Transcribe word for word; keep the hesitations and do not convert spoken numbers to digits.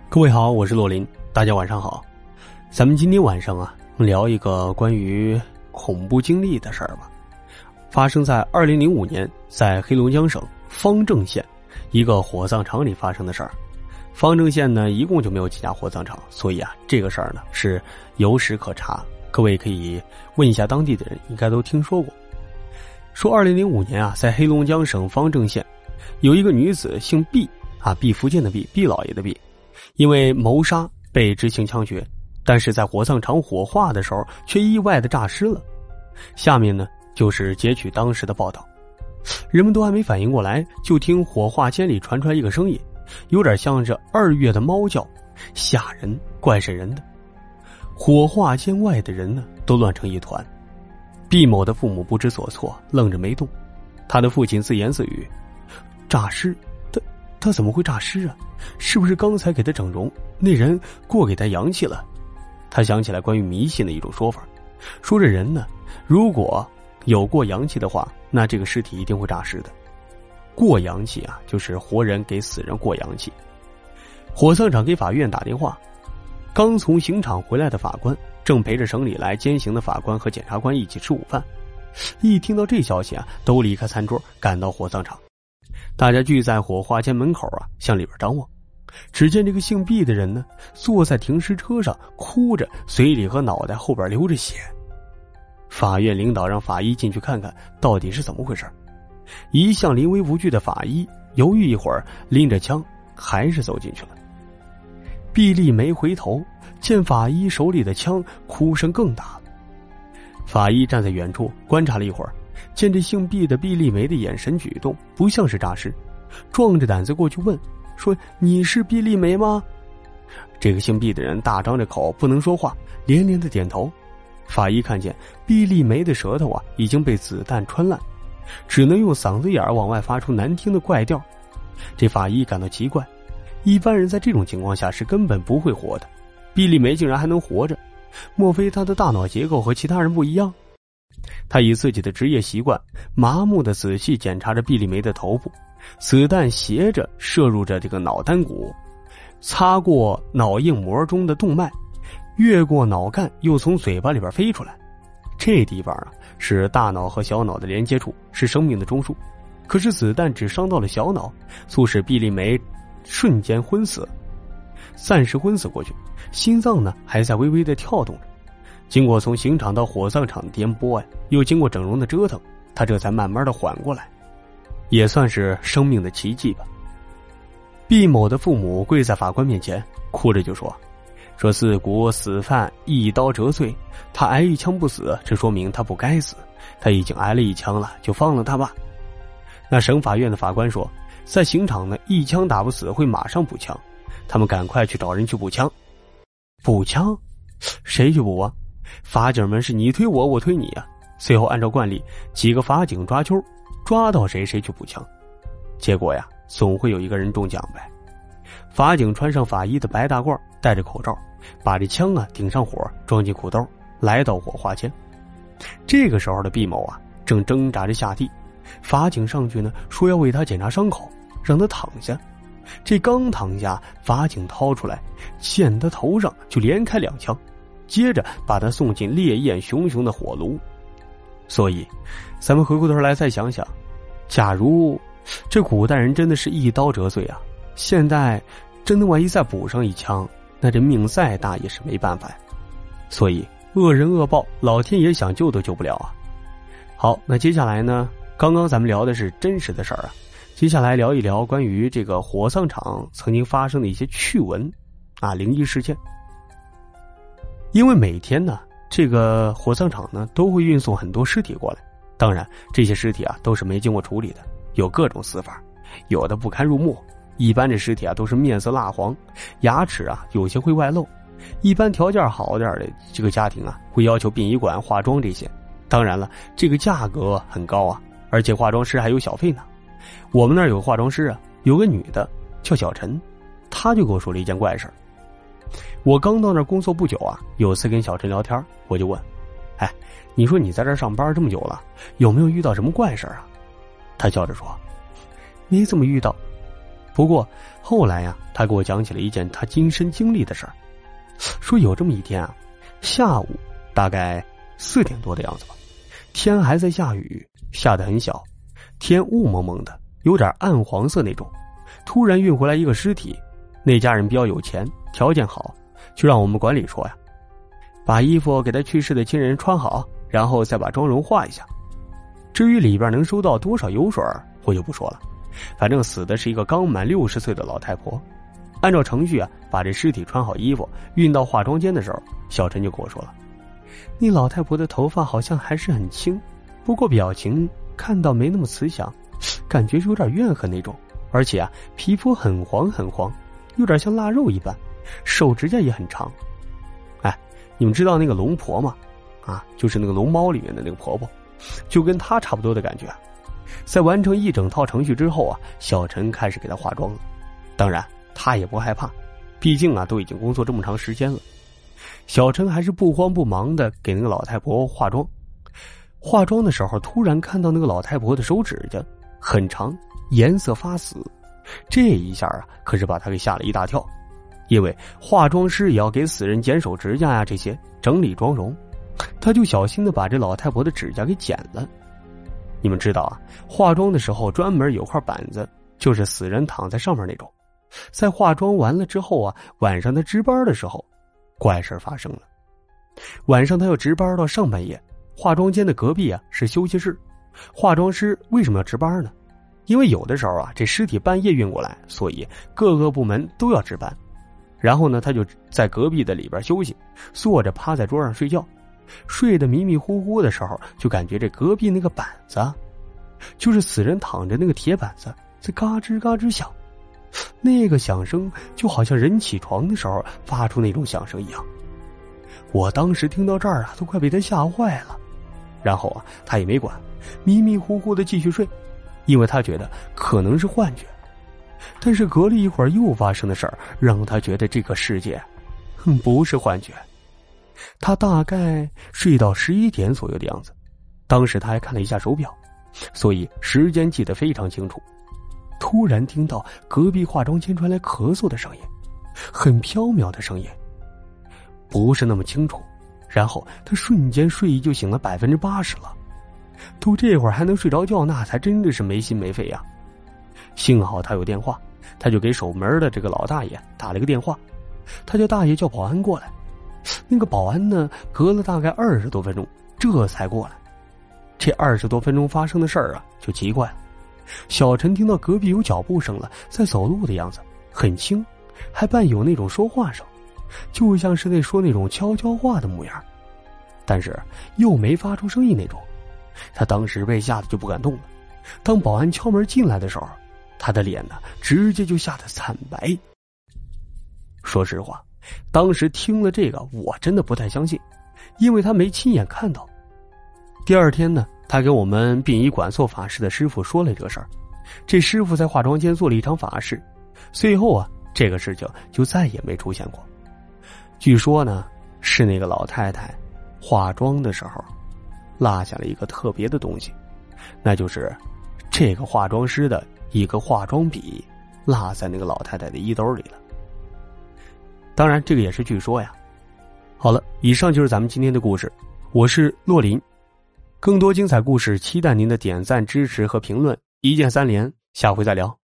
各位好，我是洛林，大家晚上好。咱们今天晚上啊，聊一个关于恐怖经历的事儿吧。发生在二零零五年，在黑龙江省方正县一个火葬场里发生的事儿。方正县呢，一共就没有几家火葬场，所以啊，这个事儿呢是有史可查。各位可以问一下当地的人，应该都听说过。说二零零五年啊，在黑龙江省方正县有一个女子姓毕啊，毕福剑的毕，毕老爷的毕。因为谋杀被执行枪决，但是在火葬场火化的时候却意外的诈尸了。下面呢就是截取当时的报道。人们都还没反应过来，就听火化间里传出来一个声音，有点像是二月的猫叫，吓人怪瘆人的。火化间外的人呢都乱成一团。毕某的父母不知所措，愣着没动。他的父亲自言自语：诈尸，他他怎么会诈尸啊？是不是刚才给他整容，那人过给他阳气了？他想起来关于迷信的一种说法，说这人呢，如果有过阳气的话，那这个尸体一定会诈尸的。过阳气啊，就是活人给死人过阳气。火葬场给法院打电话，刚从刑场回来的法官正陪着省里来监刑的法官和检察官一起吃午饭。一听到这消息啊，都离开餐桌赶到火葬场。大家聚在火化间门口啊，向里边张望。只见这个姓毕的人呢，坐在停尸车上，哭着，嘴里和脑袋后边流着血。法院领导让法医进去看看到底是怎么回事。一向临危不惧的法医犹豫一会儿，拎着枪还是走进去了。毕丽梅回头见法医手里的枪，哭声更大了。法医站在远处观察了一会儿，见这姓毕的毕丽梅的眼神举动不像是诈尸，壮着胆子过去问，说你是毕丽梅吗？这个姓毕的人大张着口不能说话，连连的点头。法医看见毕丽梅的舌头啊已经被子弹穿烂，只能用嗓子眼往外发出难听的怪调。这法医感到奇怪，一般人在这种情况下是根本不会活的，毕丽梅竟然还能活着，莫非她的大脑结构和其他人不一样？他以自己的职业习惯，麻木地仔细检查着毕丽梅的头部，子弹斜着射入着这个脑丹骨，擦过脑硬膜中的动脉，越过脑干，又从嘴巴里边飞出来。这地方啊，是大脑和小脑的连接处，是生命的中枢。可是子弹只伤到了小脑，促使毕丽梅瞬间昏死，暂时昏死过去，心脏呢还在微微的跳动着。经过从刑场到火葬场的颠簸呀，又经过整容的折腾，他这才慢慢的缓过来，也算是生命的奇迹吧。毕某的父母跪在法官面前，哭着就说说自古死犯一刀折碎，他挨一枪不死，这说明他不该死，他已经挨了一枪了，就放了他吧。那省法院的法官说，在刑场呢，一枪打不死会马上补枪，他们赶快去找人去补枪。补枪？谁去补啊？法警们是你推我，我推你啊。随后按照惯例，几个法警抓阄，抓到谁谁去补枪。结果呀，总会有一个人中奖呗。法警穿上法医的白大褂，戴着口罩，把这枪啊顶上火，装进裤兜，来到火化间。这个时候的毕某啊，正挣扎着下地。法警上去呢，说要为他检查伤口，让他躺下。这刚躺下，法警掏出来，溅他头上就连开两枪，接着把他送进烈焰熊熊的火炉。所以咱们回过头来再想想，假如这古代人真的是一刀折碎啊，现代真的万一再补上一枪，那这命再大也是没办法呀。所以恶人恶报，老天爷想救都救不了啊。好，那接下来呢，刚刚咱们聊的是真实的事儿啊，接下来聊一聊关于这个火葬场曾经发生的一些趣闻啊，灵异事件。因为每天呢，这个火葬场呢都会运送很多尸体过来，当然这些尸体啊都是没经过处理的，有各种死法，有的不堪入目。一般这尸体啊都是面色蜡黄，牙齿啊有些会外露。一般条件好点的这个家庭啊，会要求殡仪馆化妆这些。当然了，这个价格很高啊，而且化妆师还有小费呢。我们那儿有个化妆师啊，有个女的叫小陈，她就跟我说了一件怪事。我刚到那儿工作不久啊，有次跟小陈聊天，我就问，哎，你说你在这儿上班这么久了，有没有遇到什么怪事啊？他笑着说，没怎么遇到。 不过后来呀、啊，他给我讲起了一件他亲身经历的事儿，说有这么一天啊，下午大概四点多的样子吧，天还在下雨，下得很小，天雾蒙蒙的，有点暗黄色那种。突然运回来一个尸体，那家人比较有钱，条件好，就让我们管理说呀，把衣服给他去世的亲人穿好，然后再把妆容化一下。至于里边能收到多少油水，我就不说了。反正死的是一个刚满六十岁的老太婆。按照程序啊，把这尸体穿好衣服运到化妆间的时候，小陈就跟我说了，那老太婆的头发好像还是很轻，不过表情看到没那么慈祥，感觉是有点怨恨那种，而且啊，皮肤很黄很黄，有点像腊肉一般，手指甲也很长。哎，你们知道那个龙婆吗？啊，就是那个龙猫里面的那个婆婆，就跟她差不多的感觉。在完成一整套程序之后啊，小陈开始给她化妆了。当然他也不害怕，毕竟啊都已经工作这么长时间了。小陈还是不慌不忙的给那个老太婆化妆。化妆的时候突然看到那个老太婆的手指甲很长，颜色发紫，这一下啊可是把他给吓了一大跳。因为化妆师也要给死人剪手指甲呀，这些整理妆容，他就小心的把这老太婆的指甲给剪了。你们知道啊，化妆的时候专门有块板子，就是死人躺在上面那种。在化妆完了之后啊，晚上他值班的时候，怪事发生了。晚上他要值班到上半夜，化妆间的隔壁啊是休息室。化妆师为什么要值班呢？因为有的时候啊，这尸体半夜运过来，所以各个部门都要值班。然后呢，他就在隔壁的里边休息，坐着趴在桌上睡觉。睡得迷迷糊糊的时候，就感觉这隔壁那个板子，就是死人躺着那个铁板子，在嘎吱嘎吱响。那个响声就好像人起床的时候发出那种响声一样。我当时听到这儿啊，都快被他吓坏了。然后啊，他也没管，迷迷糊糊的继续睡，因为他觉得可能是幻觉。但是隔了一会儿又发生的事儿，让他觉得这个世界哼不是幻觉。他大概睡到十一点左右的样子，当时他还看了一下手表，所以时间记得非常清楚。突然听到隔壁化妆间传来咳嗽的声音，很飘渺的声音，不是那么清楚。然后他瞬间睡意就醒了百分之八十了，都这会儿还能睡着觉，那才真的是没心没肺呀。幸好他有电话，他就给守门的这个老大爷打了个电话，他叫大爷叫保安过来。那个保安呢，隔了大概二十多分钟这才过来。这二十多分钟发生的事儿啊，就奇怪了。小陈听到隔壁有脚步声了，在走路的样子，很轻，还伴有那种说话声，就像是在说那种悄悄话的模样，但是又没发出声音那种。他当时被吓得就不敢动了。当保安敲门进来的时候，他的脸呢，直接就吓得惨白。说实话，当时听了这个，我真的不太相信，因为他没亲眼看到。第二天呢，他跟我们殡仪馆做法事的师傅说了这个事儿。这师傅在化妆间做了一场法事，随后啊，这个事情就再也没出现过。据说呢，是那个老太太化妆的时候落下了一个特别的东西，那就是这个化妆师的一个化妆笔落在那个老太太的衣兜里了。当然这个也是据说呀。好了，以上就是咱们今天的故事，我是洛林。更多精彩故事期待您的点赞支持和评论，一键三连，下回再聊。